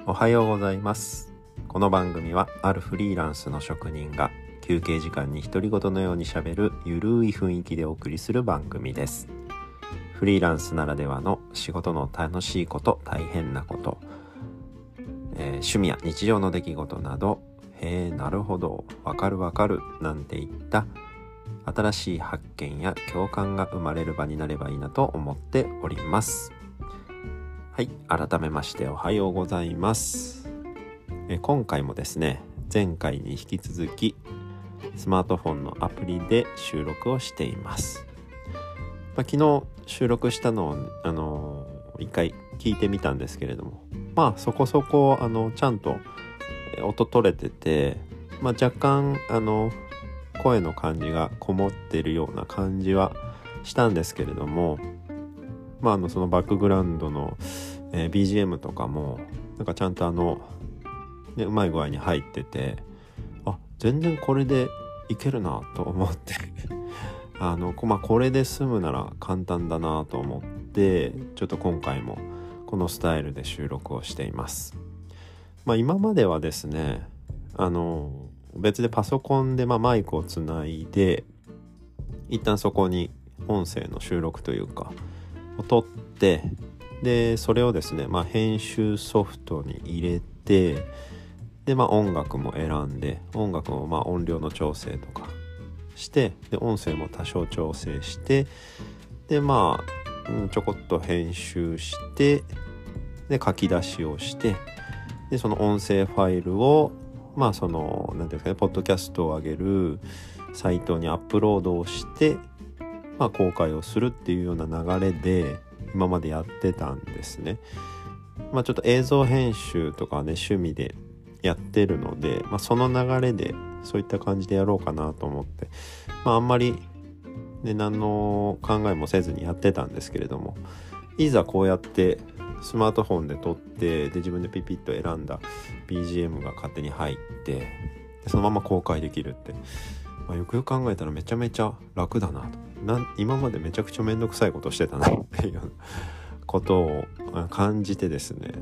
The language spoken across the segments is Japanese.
おはようございます。この番組はあるフリーランスの職人が休憩時間に独り言のようにしゃべるゆるい雰囲気でお送りする番組です。フリーランスならではの仕事の楽しいこと、大変なこと、趣味や日常の出来事など、なるほど、わかるなんていった新しい発見や共感が生まれる場になればいいなと思っております。はい、改めましておはようございます。今回もですね、前回に引き続きスマートフォンのアプリで収録をしています。昨日収録したのを一回聞いてみたんですけれども、そこそこちゃんと音取れてて、若干声の感じがこもってるような感じはしたんですけれども、そのバックグラウンドの、BGM とかもなんかちゃんとうまい具合に入ってて、全然これでいけるなと思ってこれで済むなら簡単だなと思って、ちょっと今回もこのスタイルで収録をしています。今まではですね、別でパソコンでマイクをつないで、一旦そこに音声の収録というかを撮って、でそれをですね、編集ソフトに入れて、で音楽も選んで、音楽も音量の調整とかして、で音声も多少調整して、でちょこっと編集して、で書き出しをして、でその音声ファイルをなんていうんですかね、ポッドキャストを上げるサイトにアップロードをして、公開をするっていうような流れで今までやってたんですね。ちょっと映像編集とかね、趣味でやってるので、その流れでそういった感じでやろうかなと思って、あんまりね、何の考えもせずにやってたんですけれども、いざこうやってスマートフォンで撮って、で自分でピピッと選んだ BGM が勝手に入って、でそのまま公開できるって、よくよく考えたらめちゃめちゃ楽だなと、今までめちゃくちゃめんどくさいことしてたなっていうことを感じてですね、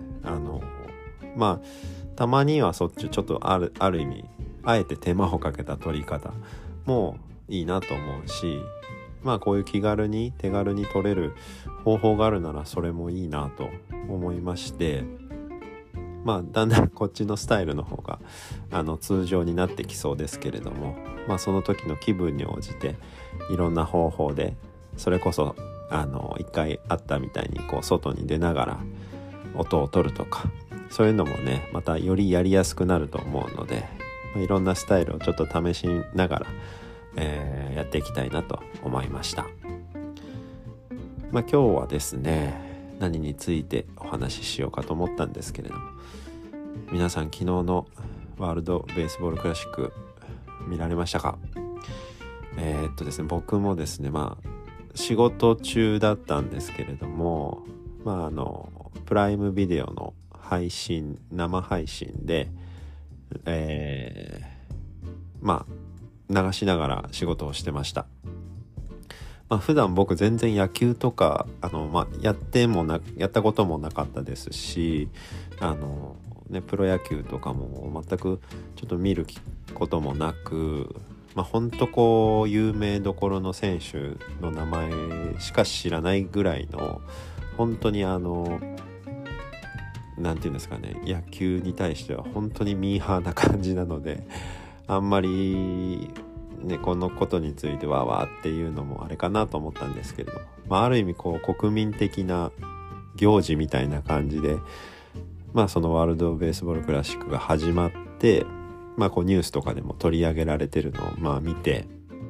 たまにはそっちちょっとある意味あえて手間をかけた撮り方もいいなと思うし、こういう手軽に撮れる方法があるならそれもいいなと思いまして、だんだんこっちのスタイルの方が通常になってきそうですけれども、その時の気分に応じていろんな方法で、それこそ一回あったみたいに外に出ながら音を取るとか、そういうのもね、またよりやりやすくなると思うので、いろんなスタイルをちょっと試しながら、やっていきたいなと思いました。今日はですね、何についてお話ししようかと思ったんですけれども、皆さん昨日のワールドベースボールクラシック見られましたか？ですね、僕もですね、仕事中だったんですけれども、プライムビデオの生配信で、流しながら仕事をしてました。普段僕全然野球とかやったこともなかったですし、プロ野球とかも全くちょっと見ることもなく、ほんと有名どころの選手の名前しか知らないぐらいの、本当になんていうんですかね、野球に対しては本当にミーハーな感じなので、あんまりね、このことについてわーっていうのもあれかなと思ったんですけれど、ある意味国民的な行事みたいな感じで、そのワールドベースボールクラシックが始まって、ニュースとかでも取り上げられてるのを見て、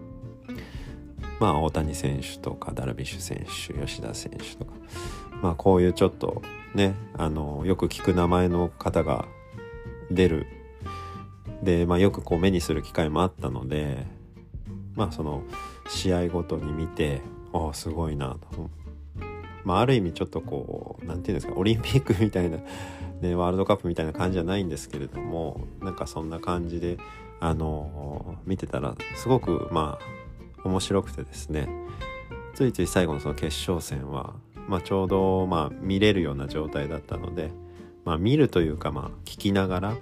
大谷選手とかダルビッシュ選手、吉田選手とか、こういうちょっとね、よく聞く名前の方が出るで、よく目にする機会もあったので、その試合ごとに見て、すごいなと、ある意味ちょっとなんていうんですか、オリンピックみたいな、ね、ワールドカップみたいな感じじゃないんですけれども、なんかそんな感じで見てたらすごく面白くてですね、ついつい最後のその決勝戦は、ちょうど見れるような状態だったので、 見るというか聞きながら、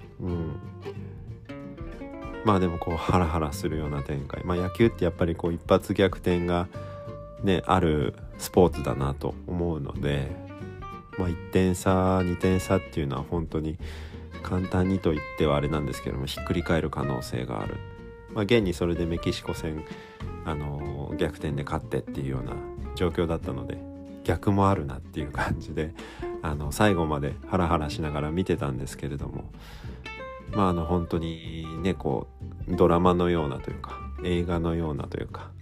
でもこうハラハラするような展開、野球ってやっぱりこう一発逆転がねあるスポーツだなと思うので、1点差2点差っていうのは本当に簡単にと言ってはあれなんですけども、ひっくり返る可能性がある。現にそれでメキシコ戦逆転で勝ってっていうような状況だったので、逆もあるなっていう感じで最後までハラハラしながら見てたんですけれども、本当にねこうドラマのようなというか映画のようなというか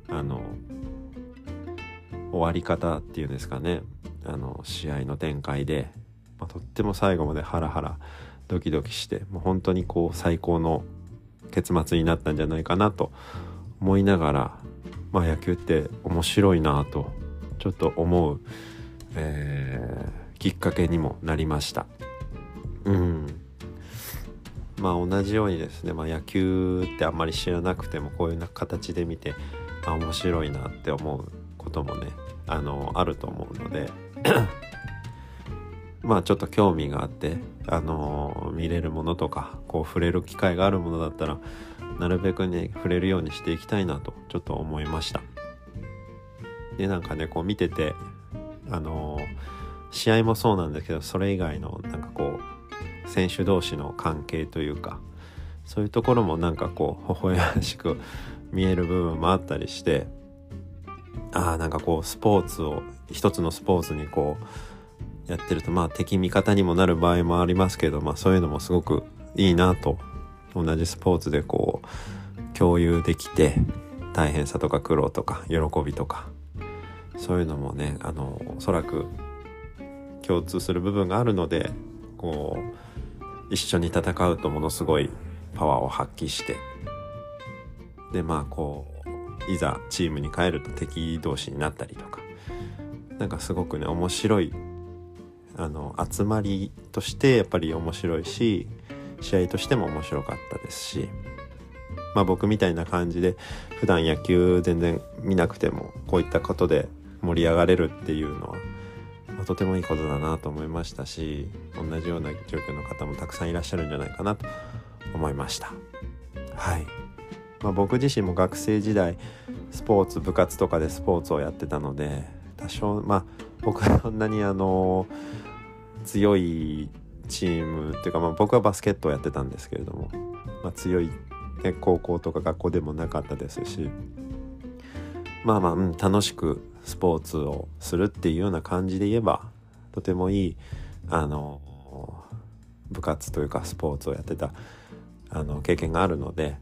終わり方っていうんですかね、試合の展開で、とっても最後までハラハラドキドキして、もう本当にこう最高の結末になったんじゃないかなと思いながら、野球って面白いなとちょっと思う、きっかけにもなりました。同じようにですね、野球ってあんまり知らなくてもこういう形で見て面白いなって思うこともねあると思うのでちょっと興味があって見れるものとかこう触れる機会があるものだったらなるべくね触れるようにしていきたいなとちょっと思いました。でこう見てて試合もそうなんですけど、それ以外のこう選手同士の関係というか、そういうところもこう微笑ましく見える部分もあったりして、こうスポーツを一つのスポーツにこうやってると敵味方にもなる場合もありますけど、そういうのもすごくいいなと、同じスポーツでこう共有できて、大変さとか苦労とか喜びとかそういうのもねおそらく共通する部分があるので、こう一緒に戦うとものすごいパワーを発揮して、でこういざチームに帰ると敵同士になったりとか、すごくね面白い集まりとしてやっぱり面白いし、試合としても面白かったですし、僕みたいな感じで普段野球全然見なくてもこういったことで盛り上がれるっていうのはとてもいいことだなと思いましたし、同じような状況の方もたくさんいらっしゃるんじゃないかなと思いました。僕自身も学生時代スポーツ部活とかでスポーツをやってたので、多少僕はそんなに強いチームっていうか、僕はバスケットをやってたんですけれども、強い、高校とか学校でもなかったですし、楽しくスポーツをするっていうような感じで言えばとてもいい部活というかスポーツをやってた経験があるので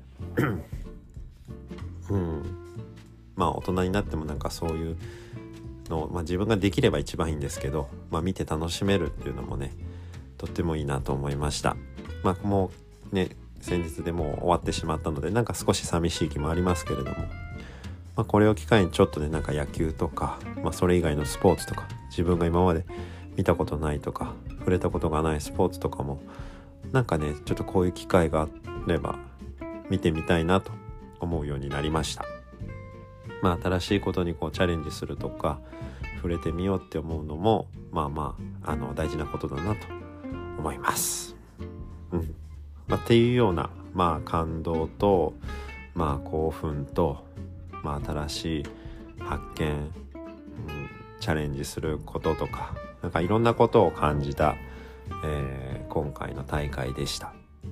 大人になってもそういうの、自分ができれば一番いいんですけど、見て楽しめるっていうのもねとってもいいなと思いました。もうね先日でもう終わってしまったので少し寂しい気もありますけれども、これを機会にちょっとね野球とか、それ以外のスポーツとか、自分が今まで見たことないとか触れたことがないスポーツとかもちょっとこういう機会があれば見てみたいなと思うようになりました。新しいことにこうチャレンジするとか触れてみようって思うのも大事なことだなと思います。っていうような感動と興奮と新しい発見、チャレンジすることとかいろんなことを感じた、今回の大会でした。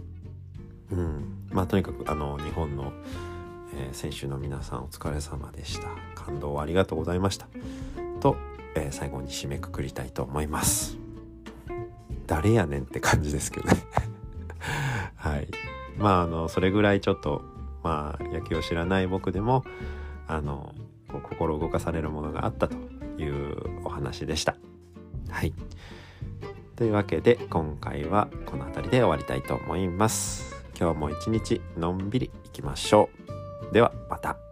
とにかく日本の、選手の皆さんお疲れ様でした。感動をありがとうございましたと、最後に締めくくりたいと思います。誰やねんって感じですけどねそれぐらいちょっと野球を知らない僕でも心動かされるものがあったというお話でした。というわけで今回はこの辺りで終わりたいと思います。今日も一日のんびりいきましょう。ではまた。